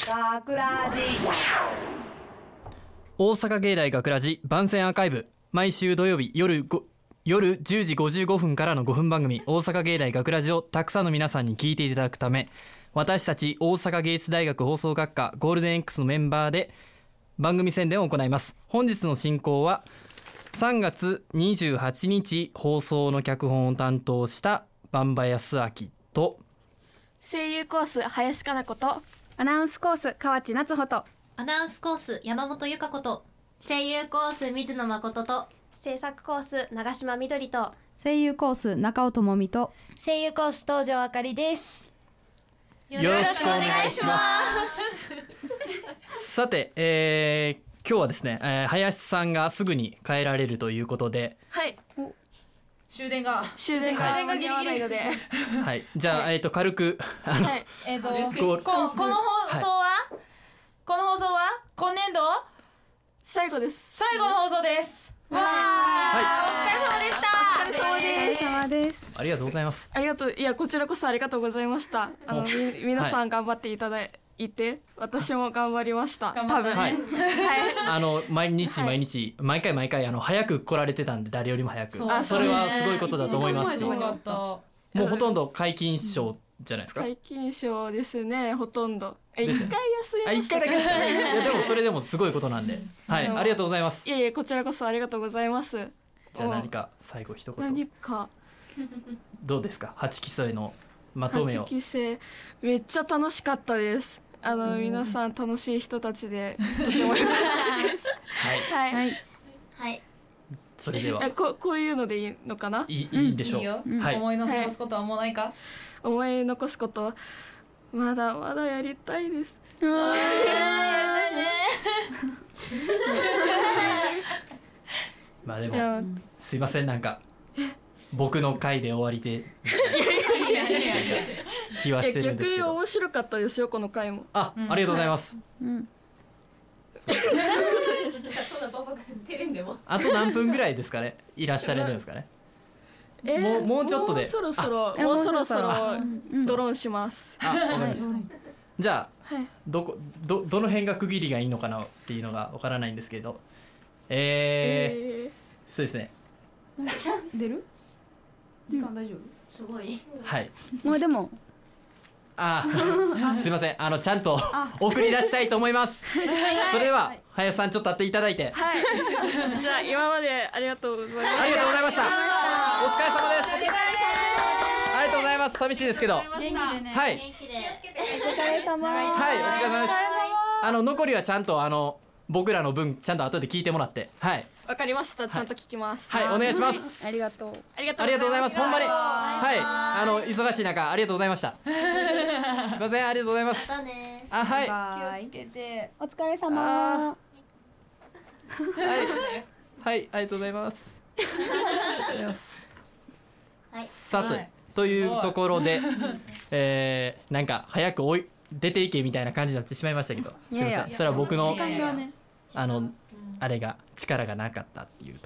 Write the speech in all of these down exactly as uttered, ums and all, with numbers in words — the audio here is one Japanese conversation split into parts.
学ラジ大阪芸大学ラジ番宣アーカイブ、毎週土曜日夜ご夜じゅうじごじゅうごふんからのごふん番組大阪芸大学ラジをたくさんの皆さんに聞いていただくため、私たち大阪芸術大学放送学科ゴールデン X のメンバーで番組宣伝を行います。本日の進行はさんがつにじゅうはちにち放送の脚本を担当した番場康明と、 声優コース林加奈子と、 アナウンスコース河内夏穂と、 アナウンスコース山本由香子と、 声優コース水野誠と、 制作コース長島みどりと、 声優コース中尾智美と、 声優コース東條あかりです。 よろしくお願いしますさて、えー、今日はですね、えー、林さんがすぐに帰られるということで、 はい、 終電が終電が終電がギリギリので、 はい、じゃあ、はい、えーと軽くあの、はい、 えーとここの放送は、はい、この放送は今年度最後です。 最後の放送です。わー、はい、お疲れ様でした。 お疲れ様です。 お疲れ様です。 ありがとうございます。 ありがとう。いや、こちらこそありがとうございました。あのみ皆さん頑張っていただいて、はい、私も頑張りました。 頑張ったね。 多分はい、 あの毎日毎日、はい、毎回毎回あの早く来られてたんで、誰よりも早く。 そ, それはすごいことだと思いますし、もうほとんど皆勤賞じゃないですか。 皆勤賞ですね、ほとんど。え、一回休みました。 一回だけですか。いやでもそれでもすごいことなんで、はい、ありがとうございます。 いやいや、こちらこそありがとうございます。 じゃあ何か最後一言。 何かどうですか、はちきせいのまとめを。はちきせいめっちゃ楽しかったです。あの皆さん楽しい人たちでとても良かったですはいはいはい。 それではこ, こういうのでいいのかな。 い い, いいでしょう、 いいよ、 はい、 思い残すことはもうないか。 思い残すことまだまだやりたいです。 あーやりたいねまあでもすいません、なんか僕の回で終わりで気はしてるんですけど。 逆に面白かったですよ、この回も。 あ、うん、ありがとうございます、 うん、 あと何分ぐらいですかね、いらっしゃれるんですかね。えー、もうもうちょっとで、 もうそろそろもうそろそろドローンします。 あ、わかりました。じゃあ、はい、どこ ど, どの辺が区切りがいいのかなっていうのがわからないんですけど、えー、えー、そうですね。 出る？時間大丈夫？ すごい。 はい。 もうでも。 ああ、すいません、あのちゃんと送り出したいと思いますそれでは林さん、ちょっと立っていただいて。 はいじゃあ今までありがとうございました。 ありがとうございました。お疲れ様です。ありがとうございます。寂しいですけど元気でね。 はい、 元気でお疲れ様。 はい、お疲れ様です。あの残りはちゃんとあの僕らの分ちゃんと後で聞いてもらって、はい、 わかりました。ちゃんと聞きます。 はい、はい、お願いします。 ありがとう。 ありがとうございます。ほんまに、はい、あの忙しい中ありがとうございましたすいません、ありがとうございます。 またね。 あ、はい、気をつけて。 お疲れ様。はいはい、ありがとうございますありがとうございます。 はい、 さて、はい、というところで、えー、なんか早くおい出ていけみたいな感じになってしまいましたけど、すいません、それは僕のあのあれが力がなかったっていうと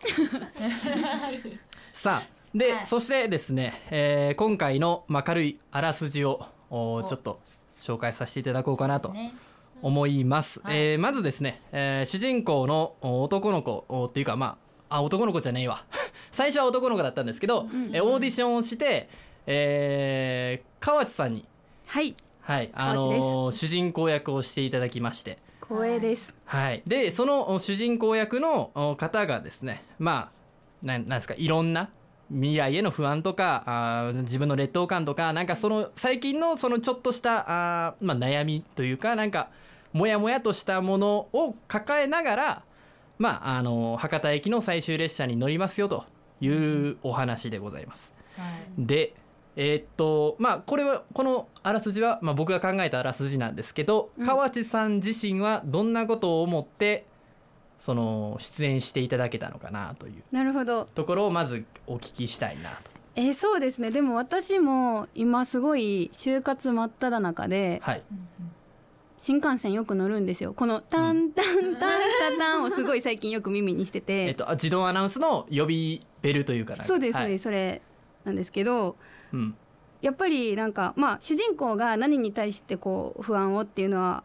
さあで、はい、そしてですね、えー、今回の、まあ、軽いあらすじをちょっと紹介させていただこうかなと思います、はい、えー、まずですね、えー、主人公の男の子っていうか、まあ、あ男の子じゃねえわ最初は男の子だったんですけど、うんうん、えオーディションをして、えー、河内さんに、 はいはい、あのー、主人公役をしていただきまして、 光栄です。 はい、でその主人公役の方がですね、まあななんですか、いろんな未来への不安とか、あ自分の劣等感とか、なんかその最近のそのちょっとしたあ、まあ、悩みというか、なんかモヤモヤとしたものを抱えながら、まあ、あの博多駅の最終列車に乗りますよというお話でございます。はい、でえー、っとまあこれはこのあらすじは、まあ、僕が考えたあらすじなんですけど、うん、河内さん自身はどんなことを思ってその出演していただけたのかなというなるほどところをまずお聞きしたいなと。 えー、そうですね。でも私も今すごい就活真っ只中で、はい、新幹線よく乗るんですよ。このタンタンタンタタンをすごい最近よく耳にしてて、 えっと、自動アナウンスの呼びベルというか、 そうです、はい、そうです、それなんですけど、うん、やっぱりなんか、まあ、主人公が何に対してこう不安をっていうのは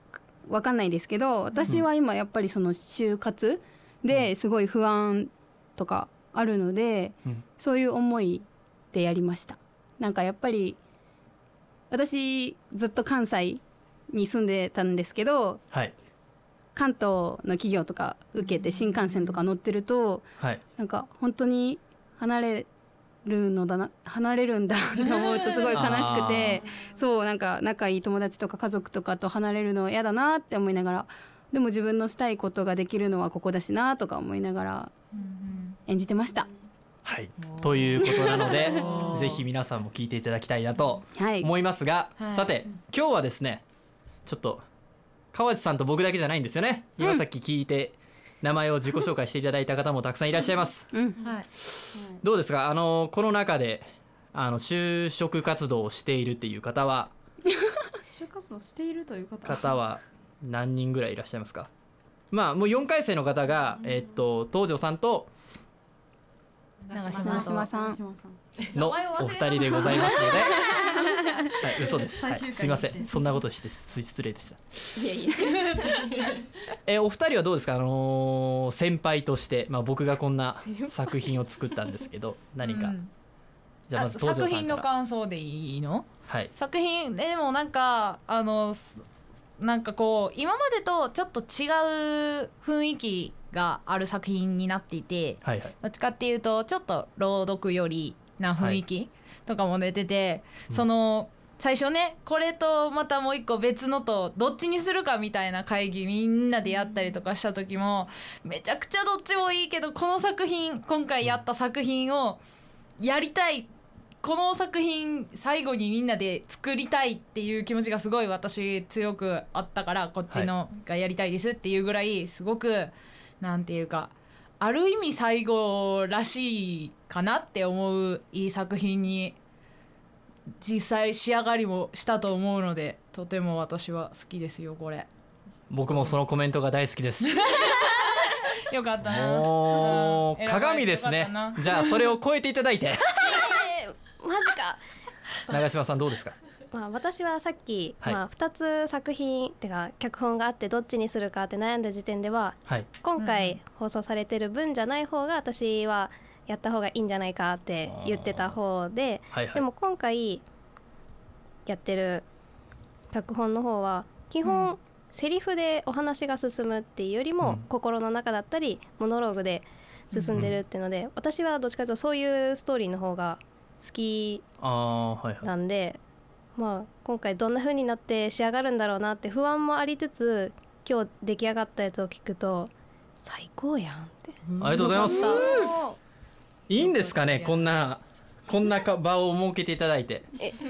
分かんないですけど、私は今やっぱりその就活ですごい不安とかあるので、うん、そういう思いでやりました。なんかやっぱり私ずっと関西に住んでたんですけど、はい、関東の企業とか受けて新幹線とか乗ってると、はい、なんか本当に離れるのだな離れるんだって思うとすごい悲しくてそうなんか仲いい友達とか家族とかと離れるの嫌だなって思いながら、でも自分のしたいことができるのはここだしなとか思いながら演じてました。 はい、ということなのでぜひ皆さんも聞いていただきたいなと思いますが、はい、さて今日はですねちょっと川内さんと僕だけじゃないんですよね、うん、今さっき聞いて名前を自己紹介していただいた方もたくさんいらっしゃいます、うんはい、どうですか、あのこの中であの就職活動をしているっていう方は就職活動しているという方方は何人ぐらいいらっしゃいますか。まあもうよんかい生の方が、えー、っと東條さんと長島さんのお二人でございますのではい、嘘です、はい、すいませんそんなことして失礼でした。いやいやえお二人はどうですか、あのー、先輩として、まあ、僕がこんな作品を作ったんですけど何か、うん、 じゃあまず東條さんから。作品の感想でいいの、はい、作品でもなんかあのなんかこう今までとちょっと違う雰囲気がある作品になっていて、はいはい、どっちかっていうとちょっと朗読よりな雰囲気とかも出てて、はい、その最初ねこれとまたもう一個別のとどっちにするかみたいな会議みんなでやったりとかした時もめちゃくちゃどっちもいいけどこの作品今回やった作品をやりたい、この作品最後にみんなで作りたいっていう気持ちがすごい私強くあったから、こっちのがやりたいですっていうぐらいすごくなんていうかある意味最後らしいかなって思ういい作品に実際仕上がりもしたと思うのでとても私は好きですよこれ。 僕もそのコメントが大好きですよかったな、 もう鏡ですね。じゃあそれを超えていただいてマジか長嶋さんどうですか。 まあ、私はさっき、 はいまあ、ふたつ作品ってか脚本があってどっちにするかって悩んだ時点では、はい、今回放送されてる分じゃない方が私はやった方がいいんじゃないかって言ってた方で、はいはい、でも今回やってる脚本の方は基本、うん、セリフでお話が進むっていうよりも、うん、心の中だったりモノローグで進んでるっていうので、うん、私はどっちかというとそういうストーリーの方が好きなんで、はいはい、まあ、今回どんな風になって仕上がるんだろうなって不安もありつつ今日出来上がったやつを聞くと最高やんって。 ありがとうございます。いいんですかねこんなこんな場を設けていただいて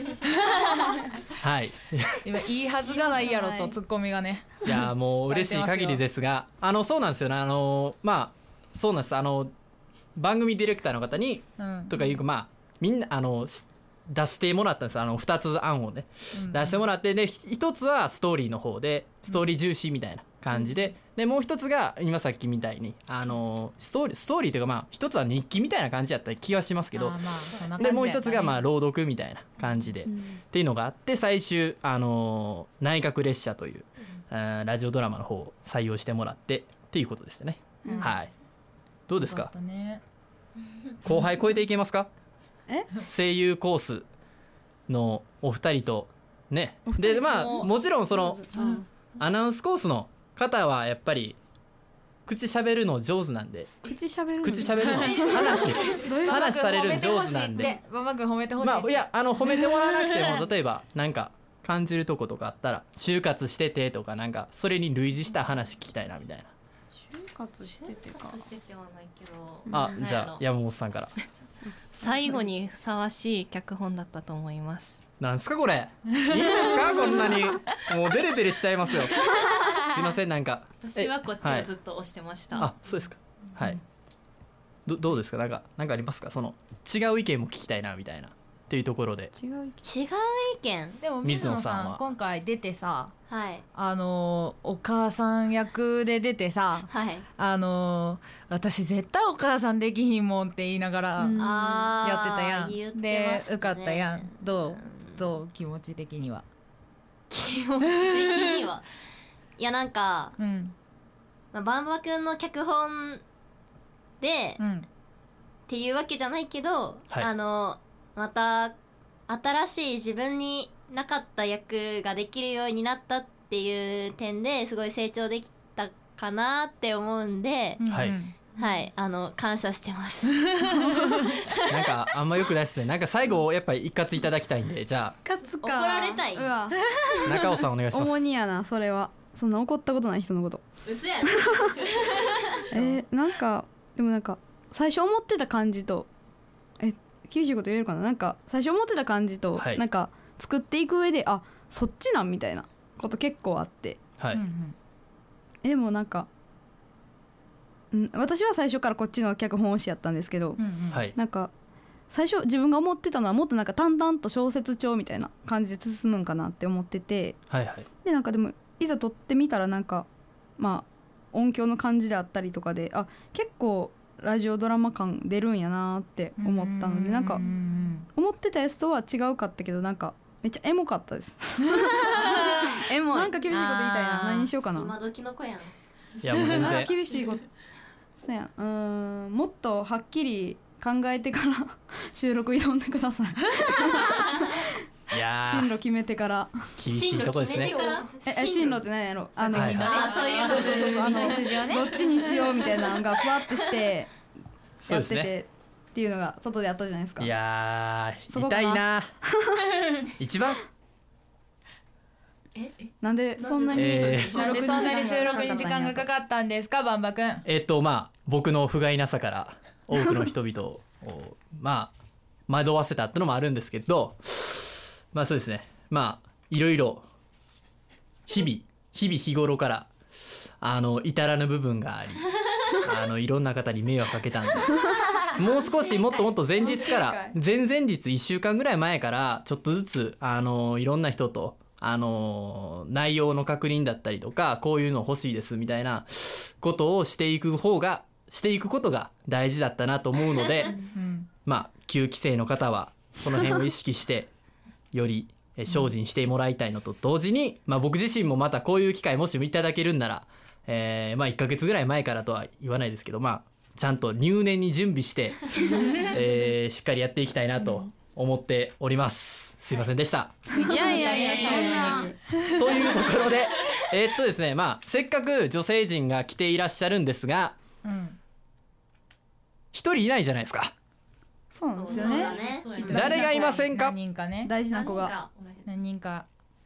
はい今いいはずがないやろとツッコミがねいやもう嬉しい限りですがあのそうなんですよねあのまあそうなんですあの番組ディレクターの方に、うん、とかいうまあみんなあの出してもらったんですあのふたつ案をね、うん、出してもらってでひとつはストーリーの方でストーリー重視みたいな感じで、うん、でもう一つが今さっきみたいにあのストーリーストーリーというかまあ一つは日記みたいな感じだった気がしますけど、まあでもう一つがまあ朗読みたいな感じで、うん、っていうのがあって最終あの内閣列車という、うん、ラジオドラマの方を採用してもらってっていうことですね、うん、はいどうですか、ね、後輩超えていけますかえ声優コースのお二人とねでまあもちろんその、うん、アナウンスコースの方はやっぱり口喋るの上手なんで口喋るの口喋るの話話される上手なんでママくん褒めてほしい、 まあ、いやあの褒めてもらわなくても例えばなんか感じるとことかあったら就活しててとかなんかそれに類似した話聞きたいなみたいな。 就活しててか就活しててはないけどあじゃあ山本さんから最後にふさわしい脚本だったと思います。 なんすかこれいいんですかこんなにもうデレデレしちゃいますよすいませんなんか私はこっちをずっと押してました、 はい、あそうですかはい、うん、ど, どうですかなんかなんかありますかその違う意見も聞きたいなみたいなっていうところで違う意見違う意見でも水野さん今回出てさ、 はい、 あのお母さん役で出てさ、はい、あの私絶対お母さんできひんもんって言いながらやってたやん、ね、で受かったやんどうどう気持ち的には気持ち的にはいやなんか、うんまあ、バンバくんの脚本で、うん、っていうわけじゃないけど、はい、あのまた新しい自分になかった役ができるようになったっていう点ですごい成長できたかなって思うんで、はい、はい、あの感謝してますなんかあんま良くないですね。なんか最後やっぱり一括いただきたいんで、じゃあ一括か怒られたい。うわ中尾さんお願いします。 重荷やなそれは。そんな怒ったことない人のこと。 嘘やろえー、なんかでもなんか最初思ってた感じとえ厳しいこと言えるかな。なんか最初思ってた感じと、はい、なんか作っていく上であそっちなんみたいなこと結構あって、はい、えでもなんかん私は最初からこっちの脚本推しやったんですけど、うんうん、なんか最初自分が思ってたのはもっとなんか淡々と小説調みたいな感じで進むんかなって思ってて、はいはい、でなんかでもいざ撮ってみたらなんかまあ音響の感じであったりとかであ結構ラジオドラマ感出るんやなって思ったのでなんか思ってたやつとは違うかったけどなんかめっちゃエモかったですエモいなんか厳しいこと言いたいな。何にしようかな。 今時の子やん。いやもう全然厳しいことそうやんうーんもっとはっきり考えてから収録挑んでくださいいや進路決めてから厳しいとこですね。 え進路って何やろあの、 はいはい、あそういうそうそうそうそうあのどっちにしようみたいなのがふわってしてやっててっていうのが外であったじゃないですか。 いやー痛いな一番えなんでそんなに、 えー、なんでそんなに収録に時間がかかったんですかバンバくん。 えっとまあ僕の不甲斐なさから多くの人々をまあ惑わせたってのもあるんですけどまあそうですねまあいろいろ日々日々日頃からあの至らぬ部分がありあのいろんな方に迷惑かけたんでもう少しもっともっと前日から前々日いっしゅうかんぐらい前からちょっとずつあのいろんな人とあの内容の確認だったりとかこういうの欲しいですみたいなことをしていく方がしていくことが大事だったなと思うのでまあ旧期生の方はその辺を意識してより精進してもらいたいのと同時に、まあ、僕自身もまたこういう機会もしいただけるんなら、えー、まあいっかげつぐらい前からとは言わないですけどまあちゃんと入念に準備して、えー、しっかりやっていきたいなと思っております。すいませんでした。 いやいやいやそんなというところでえー、っとですねまあせっかく女性陣が来ていらっしゃるんですが一、うん、人いないじゃないですか。 そうなんですよね。 誰がいませんか。 何人かね大事な子が何人か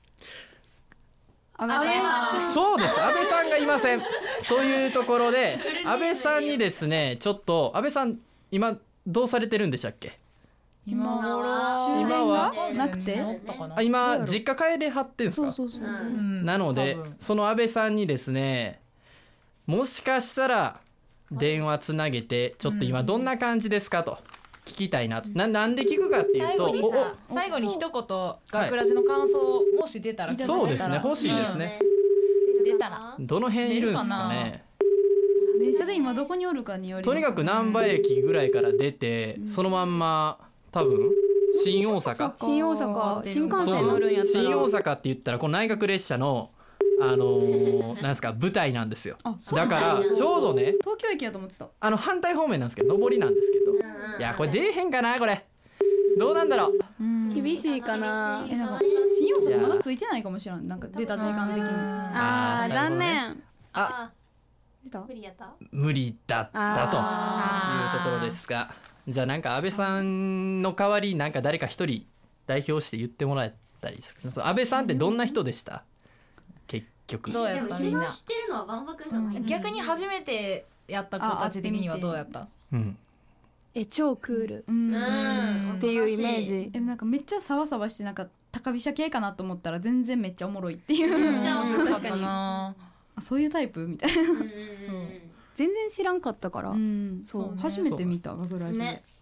安倍さんそうです安倍さんがいませんというところで安倍さんにですねちょっと安倍さん今どうされてるんでしたっけ。 今頃今はなくてあ今実家帰れはってんすか。 そうそうそう、うん、なのでその安倍さんにですねもしかしたら電話つなげてちょっと今どんな感じですかと聞きたいなと。 な, なんで聞くかっていうと最後にさ最後に一言学ラジの感想をもし出たら、はい、 そうですね欲しいですね、 うん、出たらどの辺いるんですかね。 電車で今どこにおるかによりとにかく難波駅ぐらいから出て、うん、そのまんま多分新大阪新大阪新幹線乗るんやったら新大阪って言ったらこの内閣列車のあのー、なんですか舞台なんですよ。だからちょうどね東京駅やと思ってたあの反対方面なんですけど上りなんですけどいやこれ出えへんかなこれどうなんだろう。 厳しいかな。 えなんか新大阪まだついてないかもしれんなんか出た時間的にあー残念あ出た無理やった無理だったというところですがじゃあなんか安倍さんの代わりなんか誰か一人代表して言ってもらえたりする。安倍さんってどんな人でした、結局。 どうやったみんな。 一番知ってるのはバンバくんじゃない、うん、 逆に初めてやった子たち的にはどうやった。 うん、 え超クール、 うん、 うんっていうイメージ。 えなんかめっちゃサバサバしてなんか高飛車系かなと思ったら全然めっちゃおもろいっていう、 うん、じゃあ面白かったなあそういうタイプみたいな、うん、そう全然知らんかったから、うん、 そう、そうね、初めて見た学ラジで、ね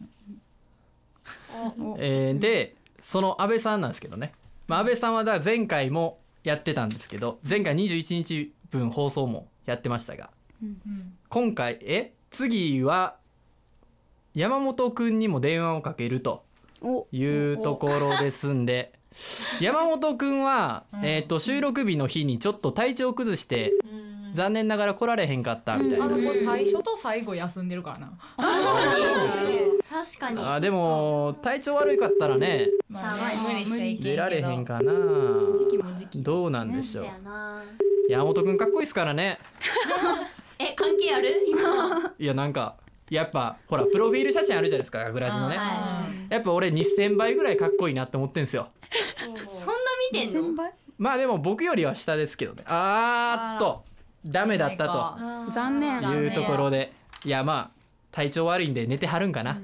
えー、でその安倍さんなんですけどね、まあ、安倍さんはだから前回もやってたんですけど前回にじゅういちにちぶん放送もやってましたが、うん、今回え次は山本くんにも電話をかけるというところですんで山本くんは、えー、と収録日の日にちょっと体調を崩して残念ながら来られへんかったみたいな。 あの子最初と最後休んでるからな。 確かに。 あでも体調悪かったらね、 まあ、無理していけ出られへんかな。 時期も時期どうなんでしょう。山本くんかっこいいっすからね。 え関係ある今？ いやなんかやっぱほらプロフィール写真あるじゃないですか、グラジのね、はい、やっぱ俺にせんばいぐらいかっこいいなって思ってんすよ。 そんな見てんの？ まあでも僕よりは下ですけどね。あーっとダメだったと残念いうところで、いやまあ体調悪いんで寝てはるんかな、うん、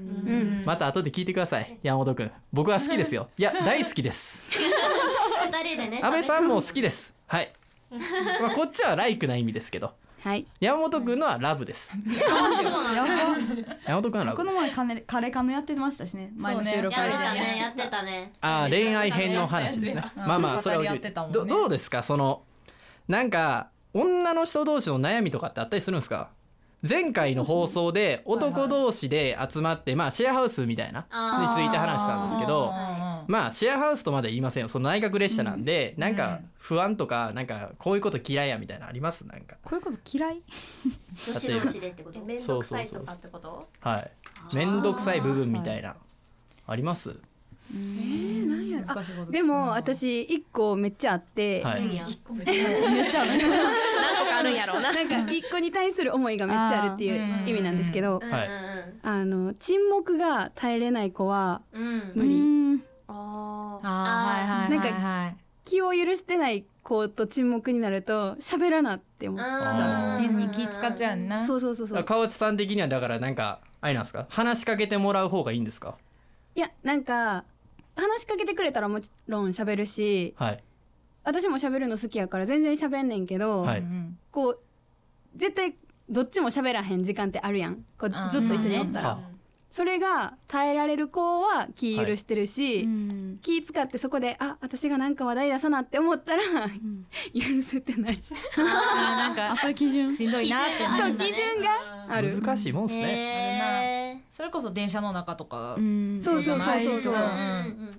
また後で聞いてください。山本くん僕は好きですよ。いや大好きです。 ふたりでね、 安倍さんも好きです。はい、まあ、こっちはライクな意味ですけど、 はい、 山本くんのはラブです。山本くんはラブ。 この前カレカレカノやってましたしね、前の収録で、ね、やってたねやってたね。 ああ恋愛編の話ですね。まあまあそれは、ね、ど, どうですか、そのなんか女の人同士の悩みとかってあったりするんですか？前回の放送で男同士で集まってまあシェアハウスみたいなについて話したんですけど、まあシェアハウスとまで言いませんよ、その内閣列車なんで、なんか不安とかなんかこういうこと嫌いやみたいなあります？なんかこういうこと嫌い？ 女子同士でってこと？面倒くさいとかってこと？ はい面倒くさい部分みたいなあります？ えー、なんやろ。あでも私一個めっちゃあって、はい、めっちゃある何個かあるんやろうな。 なんか一個に対する思いがめっちゃあるっていう意味なんですけど、あの沈黙が耐えれない子は無理。うんああなんか気を許してない子と沈黙になると喋らなって思っちゃう。 変に気使っちゃうな。 そうそうそうそう。 川内さん的にはだからなんかあれなんですか、話しかけてもらう方がいいんですか？ いやなんか話しかけてくれたらもちろん喋るし、はい、私も喋るの好きやから全然喋んねんけど、はい、こう絶対どっちも喋らへん時間ってあるやん、こうずっと一緒におったら、うん、それが耐えられる子は気許してるし、はい、気使ってそこであ私がなんか話題出さなって思ったら、うん、許せてない。 あなんかそういう基準しんどいなってそう基準がある。 難しいもんすね。 それこそ電車の中とか、 うん、そうそうそうそうそう、うん、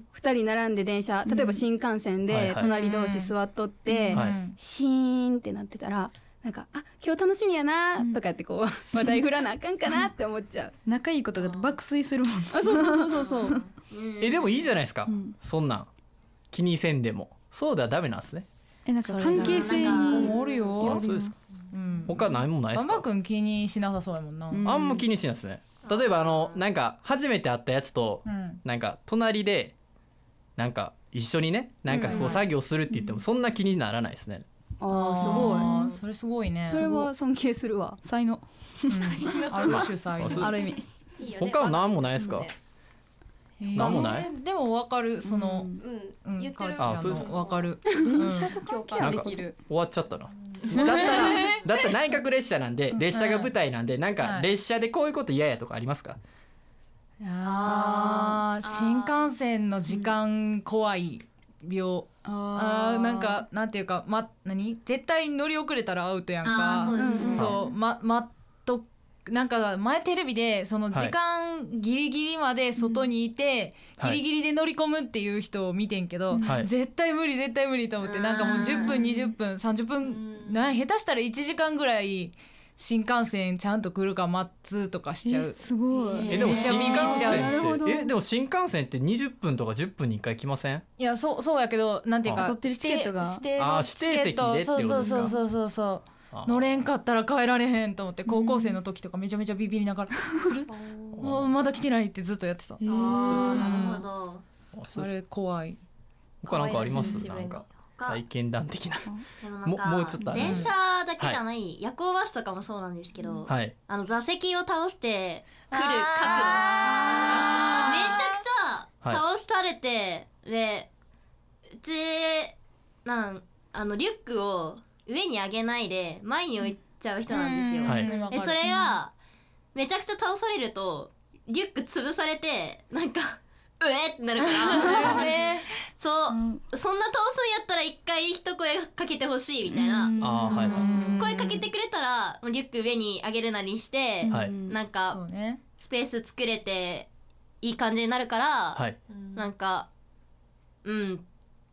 ふたり並んで電車例えば新幹線で隣同士座っとって、うんはい、シーンってなってたらなんかあ今日楽しみやなとかってこう話題振らなあかんかなって思っちゃう。 仲いいことが爆睡するもん。 あそうそうそうそうそうえでもいいじゃないですか、うん、そんなん気にせんでも。そうではダメなんですね。 えなんか関係性もおるよ。 あそうですか、うん、他何もないですか？ バンバ君気にしなさそうやもんな、うん、 あんま気にしないですね。例えばあのなんか初めて会ったやつと、うん、なんか隣でなんか一緒にねなんかこう作業するって言ってもそんな気にならないですね。 あーすごい。 それすごいね。 それは尊敬するわ。 才能、 うん、ある種才能ある意味。 他は何もないですか？何もない。 でも分かるその、 うん、言ってる。 あそうです分かる。 電車と共感できる。 終わっちゃったな。だったらだったら内閣列車なんで列車が舞台なんでなんか列車でこういうこと嫌やとかありますか？ あ新幹線の時間怖い病。ああなんかなんていうかま何絶対乗り遅れたらアウトやんか。そうですね。そうままっとなんか前テレビでその時間ギリギリまで外にいて、はい、ギリギリで乗り込むっていう人を見てんけど、はい、絶対無理絶対無理と思ってなんかもうじゅっぷんにじゅっぷんさんじゅっぷんな下手したらいちじかんぐらい新幹線ちゃんと来るか待つとかしちゃう。 すごい。 えでも新幹線ってえでも新幹線ってにじゅっぷんとかじゅっぷんにいっかい来ません？ いやそうそうやけどなんていうか取ってるチケットが指定のチケットそうそうそうそうそうそう乗れんかったら帰られへんと思って高校生の時とかめちゃめちゃビビりながら来るもうまだ来てないってずっとやってた。ああなるほど。 あれ怖い。 他なんかあります？なんか体験談的なでもなんかもうちょっと電車だけじゃない、はい、夜行バスとかもそうなんですけど、はい、あの座席を倒して来る角度めちゃくちゃ倒されて、はい、でうちなんあのリュックを上に上げないで前に置いちゃう人なんですよ、はい、でそれがめちゃくちゃ倒されるとリュック潰されてなんかうえってなるからね、そう、うん、そんな倒すんやったら一回一声かけてほしいみたいな、うんあはい、声かけてくれたらリュック上に上げるなりして、はい、なんか、ね、スペース作れていい感じになるから、はい、なんかうんっ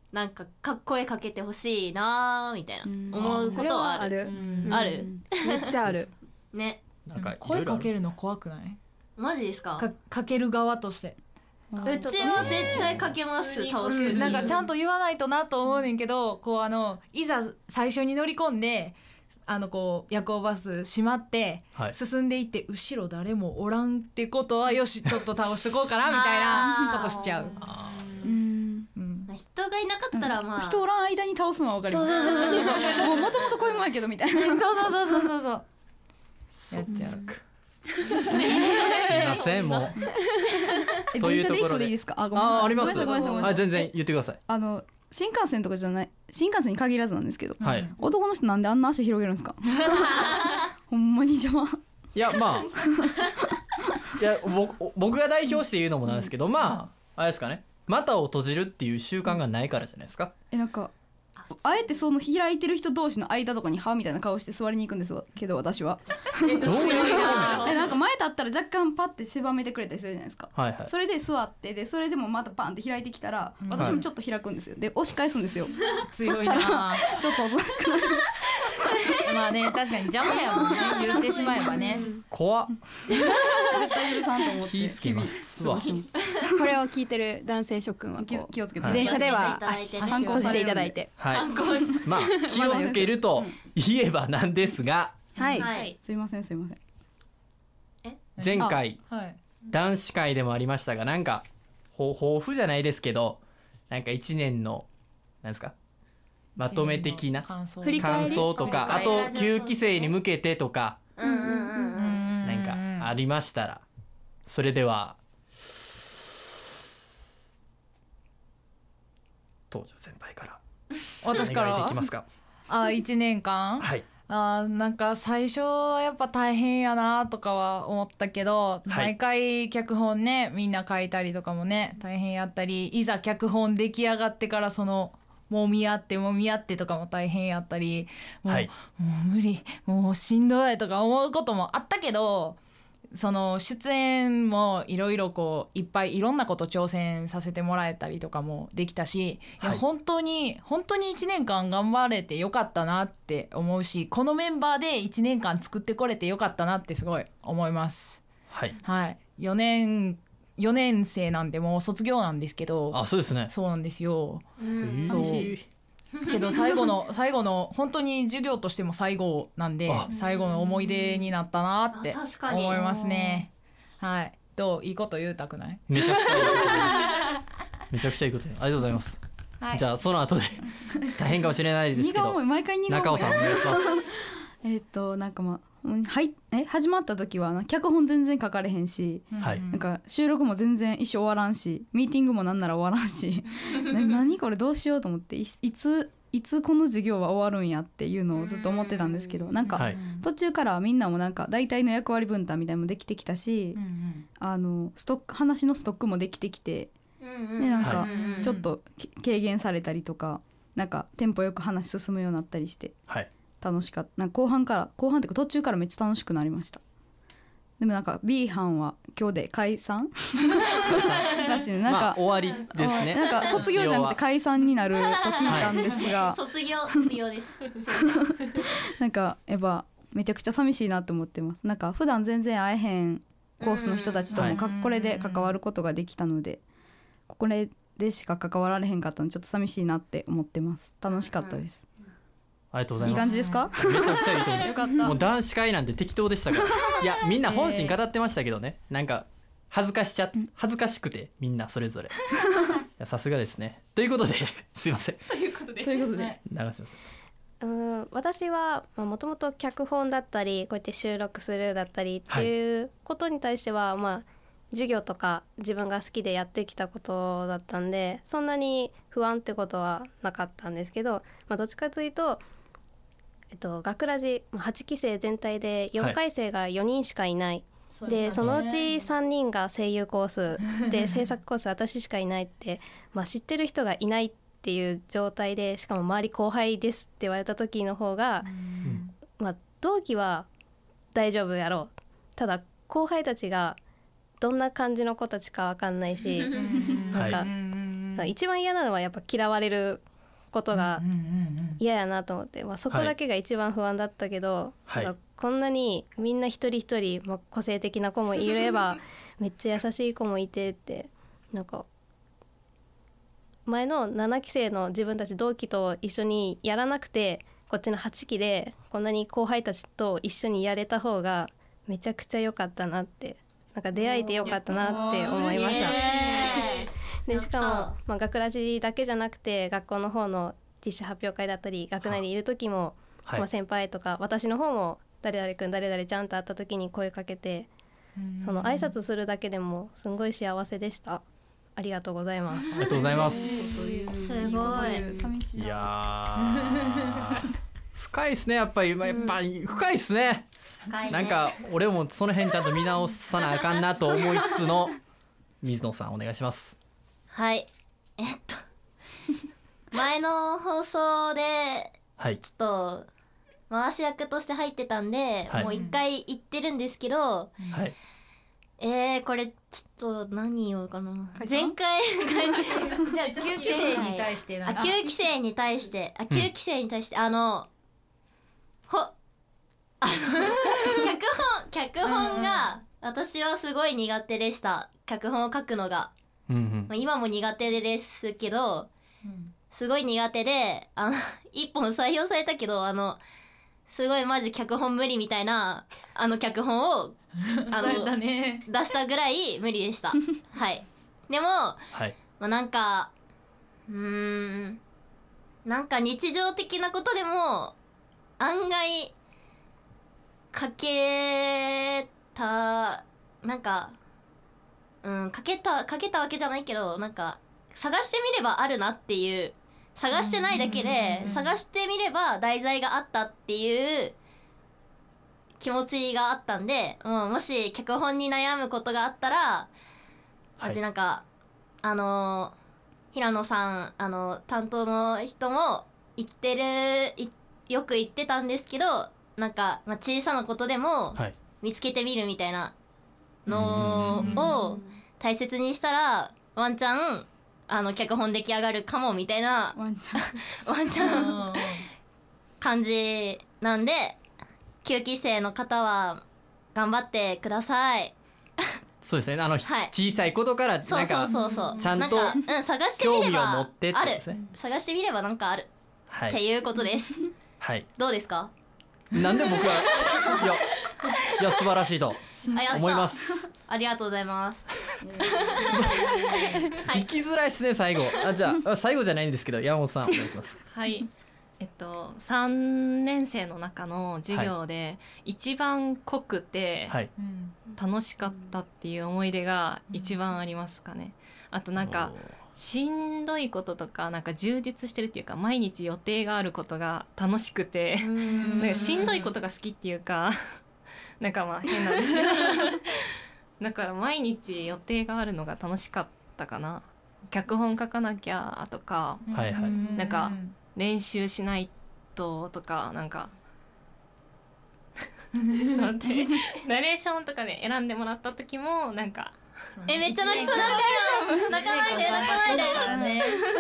なんかかっ声かけてほしいなみたいな思うことはある。ある。 めっちゃある。 ね。 なんか声かけるの怖くない？ マジですか？ かかける側として。 うちは絶対かけます。倒す。 なんかちゃんと言わないとなと思うねんけど、こうあのいざ最初に乗り込んで。あのこう夜行バス閉まって進んでいって、後ろ誰もおらんってことはよしちょっと倒してこうかなみたいなことしちゃう。 うんうん、人がいなかったらまあ、 うん、人おらん間に倒すのは分かります。そうそうそうそうそうもともとこういうもんやけどみたいな。 そうそうそうそうそうそうやっちゃう。 すいませんもうというところでいいですか？あ、ごめんなさい。あ、あります。あ、全然言ってください。 あの新幹線とかじゃない、新幹線に限らずなんですけど、はい、男の人なんであんな足広げるんですか？ほんまに邪魔。 いやまあいや僕が代表して言うのもなんですけど、まああれですかね、股を閉じるっていう習慣がないからじゃないですか。 え、なんかあえてその開いてる人同士の間とかに歯みたいな顔して座りに行くんですけど、私はどういうえなんか前立ったら若干パッて狭めてくれたりするじゃないですか、はいはい、それで座ってでそれでもまたパンって開いてきたら私もちょっと開くんですよ。で押し返すんですよ。 強いな。 そしたらちょっとおとなしくなる。 まあね、確かに邪魔やもんね、言ってしまえばね。 怖っ。 絶対許さんと思って気ぃつけますわ。 これを聞いてる男性諸君は気をつけて、 電車では足閉じていただいて、 はい、まあ気をつけると言えばなんですが、 はい、はい、 すいませんすいません。 え前回、はい、男子会でもありましたが、なんか抱負じゃないですけど、なんかいちねんのなんですか、まとめ的な感想とか、あときゅうき生に向けてとか、なんかありましたら、それでは東條先輩から私からお願いできますか？ あ、いちねんかん、はい、あ、なんか最初はやっぱ大変やなとかは思ったけど、はい、毎回脚本ねみんな書いたりとかもね大変やったり、いざ脚本出来上がってからそのもみ合ってもみ合ってとかも大変やったり、もう、はい、もう無理、もうしんどいとか思うこともあったけど、その出演もいろいろこういっぱいいろんなこと挑戦させてもらえたりとかもできたし、はい、いや本当に本当にいちねんかん頑張れてよかったなって思うし、このメンバーでいちねんかん作ってこれてよかったなってすごい思います。はい、はい、よねんよねん生なんでもう卒業なんですけど。 あ、そうですね。 そうなんですよ。寂しいけど最後の最後の本当に授業としても最後なんで、最後の思い出になったなって思いますね。はい。どう、いいこと言うたくない？ めちゃくちゃいいことですめちゃくちゃいいことです。ありがとうございます、はい、じゃあその後で大変かもしれないですけど、 毎回中尾さんお願いしますえっとなんかまあはい、え始まった時は脚本全然書かれへんし、はい、なんか収録も全然一生終わらんし、ミーティングもなんなら終わらんしな何これどうしようと思って、い, いついつこの授業は終わるんやっていうのをずっと思ってたんですけど、なんか途中からみんなもなんか大体の役割分担みたいなのもできてきたし、うんうん、あのストック話のストックもできてきて、うんうん、でなんかちょっと軽減されたりとか、なんかテンポよく話進むようになったりして、はい、楽しかった。なんか後半から後半っていうか途中からめっちゃ楽しくなりました。でもなんか B 班は今日で解散らしい、なんか、まあ、 終わりですね。 なんか卒業じゃなくて解散になると聞いたんですが、 卒業卒業ですなんかやっぱめちゃくちゃ寂しいなと思ってます。なんか普段全然会えへんコースの人たちともかこれで関わることができたので、これでしか関わられへんかったのでちょっと寂しいなって思ってます。楽しかったです。 ありがとうございます。 いい感じですか？ めちゃくちゃいいと思います。よかった。もう男子会なんて適当でしたから。いやみんな本心語ってましたけどね。なんか恥ずかしちゃ恥ずかしくてみんなそれぞれ。さすがですね。ということですいません。 ということで。 ということで。 流します。 うん、私はもともと脚本だったりこうやって収録するだったりっていうことに対しては、はい、まあ授業とか自分が好きでやってきたことだったんで、そんなに不安ってことはなかったんですけど、まあ、どっちかというとえっと、学ラジはちき生全体でよんかい生がよにんしかいない、はい、でそのうちさんにんが声優コースで制作コース私しかいないって、まあ、知ってる人がいないっていう状態で、しかも周り後輩ですって言われた時の方が、うんまあ、同期は大丈夫やろう、ただ後輩たちがどんな感じの子たちか分かんないしなんか、 一番嫌なのはやっぱ嫌われることが嫌やなと思って、まあ、そこだけが一番不安だったけど、はい、こんなにみんな一人一人、まあ、個性的な子もいればめっちゃ優しい子もいてって、なんか前のななき生の自分たち同期と一緒にやらなくて、こっちのはちきでこんなに後輩たちと一緒にやれた方がめちゃくちゃ良かったなって、なんか出会えて良かったなって思いました。でしかも、まあ、学ラジだけじゃなくて学校の方のティッシュ発表会だったり学内にいる時も、はい、まあ、先輩とか私の方も誰々くん誰々ちゃんと会った時に声かけて、その挨拶するだけでもすごい幸せでした。ありがとうございます。 ありがとうございます。 すごい。 いや深いですね、やっぱり、やっぱり深いですね。ね、なんか俺もその辺ちゃんと見直さなあかんなと思いつつの水野さんお願いします。 はい、えっと前の放送でちょっと回し役として入ってたんで、はい、もう一回言ってるんですけど、はい、えー、これちょっと何言おうかな。前回じゃあきゅうき生に対してあきゅうき生に対してあきゅうき生に対して、うん、あのほあの脚本脚本が私はすごい苦手でした。脚本を書くのが、うんうん、まあ、今も苦手ですけど、うん、すごい苦手で、あの一本採用されたけど、あのすごいマジ脚本無理みたいなあの脚本をあのだ、ね、出したぐらい無理でしたはい。でも、はい、まあ、なんかうーんなんか日常的なことでも案外書けた、なんかうん書けた書けたわけじゃないけど、なんか探してみればあるなっていう、探してないだけで探してみれば題材があったっていう気持ちがあったんで、うん、もし脚本に悩むことがあったら、はい、私なんかあの平野さん、あの担当の人も言ってるよく言ってたんですけど、なんか、まあ、小さなことでも見つけてみるみたいなのを大切にしたらワンチャンあの脚本出来上がるかもみたいなワンチャンワンチャン感じなんで、きゅうき生の方は頑張ってください。 そうですね、あの、はい、小さいことからなんかそうそうそうそう、 ちゃんと興味を持ってってある、探してみればなんかある、はい、っていうことです。はい、どうですか？ なんで僕はいやいや素晴らしいと思います。 ありがとうございます。 はい、行きづらいですね最後。あ、じゃあ最後じゃないんですけど山本さんお願いします。 はい、えっとさんねん生の中の授業で一番濃くて楽しかったっていう思い出が一番ありますかね。あとなんかしんどいこととかなんか充実してるっていうか、毎日予定があることが楽しくて、なんかしんどいことが好きっていうかなんかまあ変なんですけどだから毎日予定があるのが楽しかったかな。脚本書かなきゃとか、はいはい、なんか練習しないととか、なんかちょっと待ってナレーションとかで選んでもらった時もなんかえめっちゃ泣きそうなんだよ。泣かないで泣かないでからね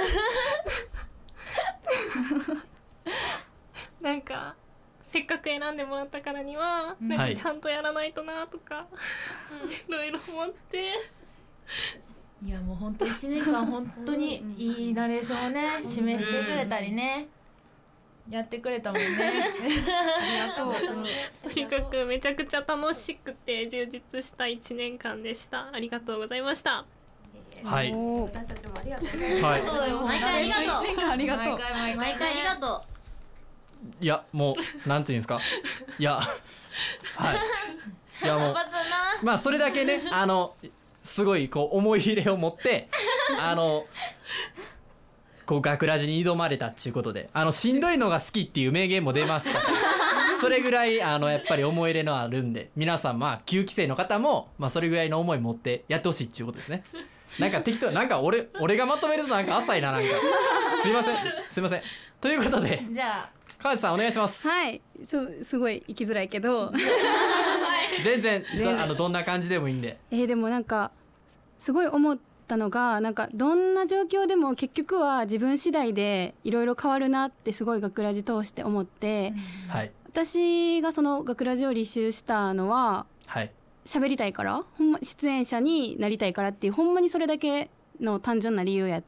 なんかせっかく選んでもらったからにはなんかちゃんとやらないとなとか、はい、いろいろ思って、 いやもうほんといちねんかん本当にいいナレーションをね示してくれたりね、やってくれたもんねとにかくめちゃくちゃ楽しくて充実したいちねんかんでした。ありがとうございました。 はい、 私たちもありがとうございます。そうだよ、毎回ありがとう。 いちねんかんありがとう。 毎回毎回ありがとう。 いやもうなんていうんですか、いやはいいやもうまあそれだけね、あのすごいこう思い入れを持ってあのこう学ラジに挑まれたっていうことで、あのしんどいのが好きっていう名言も出ましたそれぐらいあのやっぱり思い入れのあるんで、皆さんまあきゅうき生の方もまあそれぐらいの思い持ってやってほしいっていうことですね。なんか適当なんか俺俺がまとめるとなんか浅いな、なんかすいませんすいませんということで、 じゃあ川地さんお願いします。 はい、そうすごい生きづらいけど全然どあのどんな感じでもいいんで。 えー、でもなんかすごい思っったのが、なんかどんな状況でも結局は自分次第でいろいろ変わるなってすごい学ラジ通して思って、はい、私がその学ラジを履修したのは、はい、喋りたいからほんま出演者になりたいからっていうほんまにそれだけの単純な理由やって、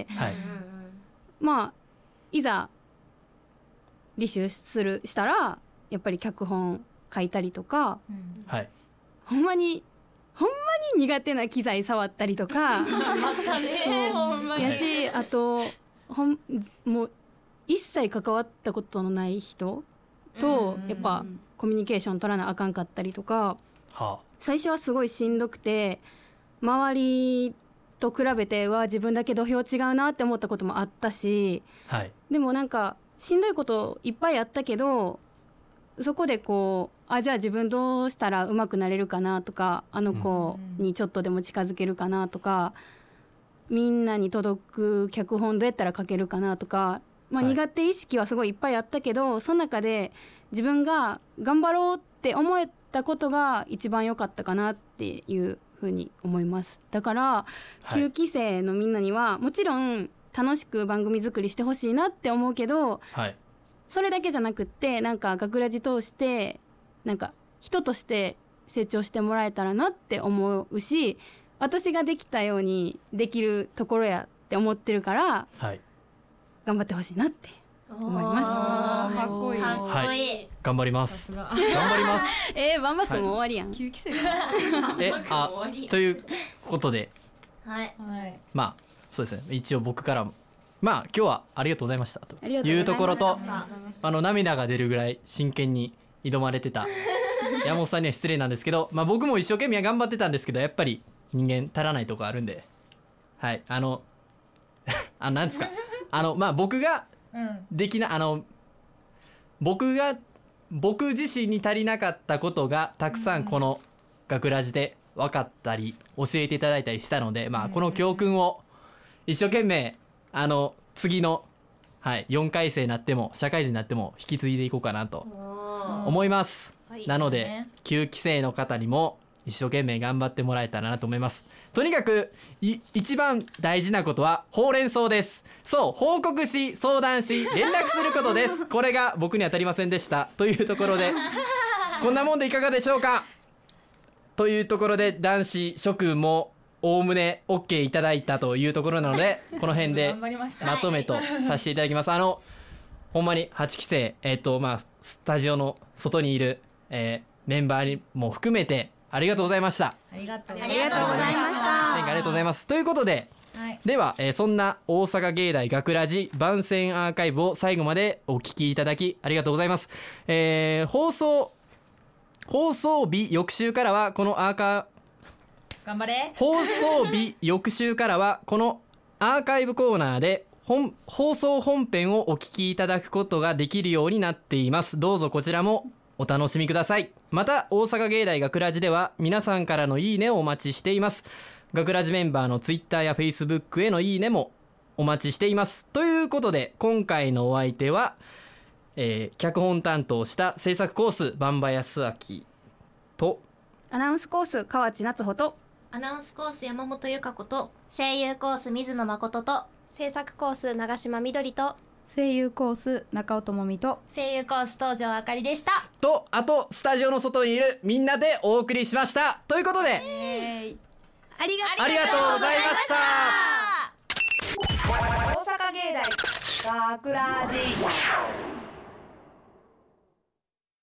はい、まあいざ履修するしたらやっぱり脚本書いたりとか、うんはい、ほんまにほんまに苦手な機材触ったりとかあったねほんまにやし、あとほんもう一切関わったことのない人とやっぱコミュニケーション取らなあかんかったりとか、はあ、最初はすごいしんどくて周りと比べては自分だけ土俵違うなって思ったこともあったし、はい、でもなんかしんどいこといっぱいあったけどそこでこうあじゃあ自分どうしたら上手くなれるかなとかあの子にちょっとでも近づけるかなとか、うん、みんなに届く脚本どうやったら書けるかなとか、まあ、苦手意識はすごいいっぱいあったけど、はい、その中で自分が頑張ろうって思えたことが一番良かったかなっていうふうに思います。だから、はい、きゅうき生のみんなにはもちろん楽しく番組作りしてほしいなって思うけど、はい、それだけじゃなくってなんか学ラジ通してなんか人として成長してもらえたらなって思うし、私ができたようにできるところやって思ってるから、はい、頑張ってほしいなって思います。 かっこいい、 かっこいい、はい、 頑張ります頑張りますえー、バンバ君も終わりやん、 きゅうき生えあということで、 はい、 まあそうですね、一応僕からもまあ今日はありがとうございましたというところと、あの涙が出るぐらい真剣に挑まれてた山本さんには失礼なんですけど、まあ、僕も一生懸命頑張ってたんですけどやっぱり人間足らないとこあるんで、はいあのあなんですかあのまあ僕ができな、うん、あの僕が僕自身に足りなかったことがたくさんこの学ラジで分かったり教えていただいたりしたので、まあ、この教訓を一生懸命あの次の、はい、よんかい生になっても社会人になっても引き継いでいこうかなと思います。なのできゅうき生の方にも一生懸命頑張ってもらえたらなと思います。とにかくい一番大事なことはほうれん草です。そう報告し相談し連絡することですこれが僕には足りませんでしたというところでこんなもんでいかがでしょうかというところで男子諸君もおおむね OK いただいたというところなのでこの辺でまとめとさせていただきます。あのほんまにはちき生、えーとまあ、スタジオの外にいる、えー、メンバーにも含めてありがとうございました。 ありがとうございました。ありがとうございます。ということで、はい、では、えー、そんな大阪芸大学ラジ番宣アーカイブを最後までお聞きいただきありがとうございます。えー、放送放送日翌週からはこのアーカ頑張れ放送日翌週からはこのアーカイブコーナーで本放送本編をお聞きいただくことができるようになっています。どうぞこちらもお楽しみください。また大阪芸大学ラジでは皆さんからのいいねをお待ちしています。学ラジメンバーのツイッターやフェイスブックへのいいねもお待ちしています。ということで今回のお相手は、えー、脚本担当した制作コース馬場康明とアナウンスコース河内夏穂とアナウンスコース山本由香子と声優コース水野誠と制作コース長島みどりと声優コース中尾智美と声優コース東條あかりでしたと、あとスタジオの外にいるみんなでお送りしましたということで、えー、 ありがありがとうございました。 大阪芸大学ラジ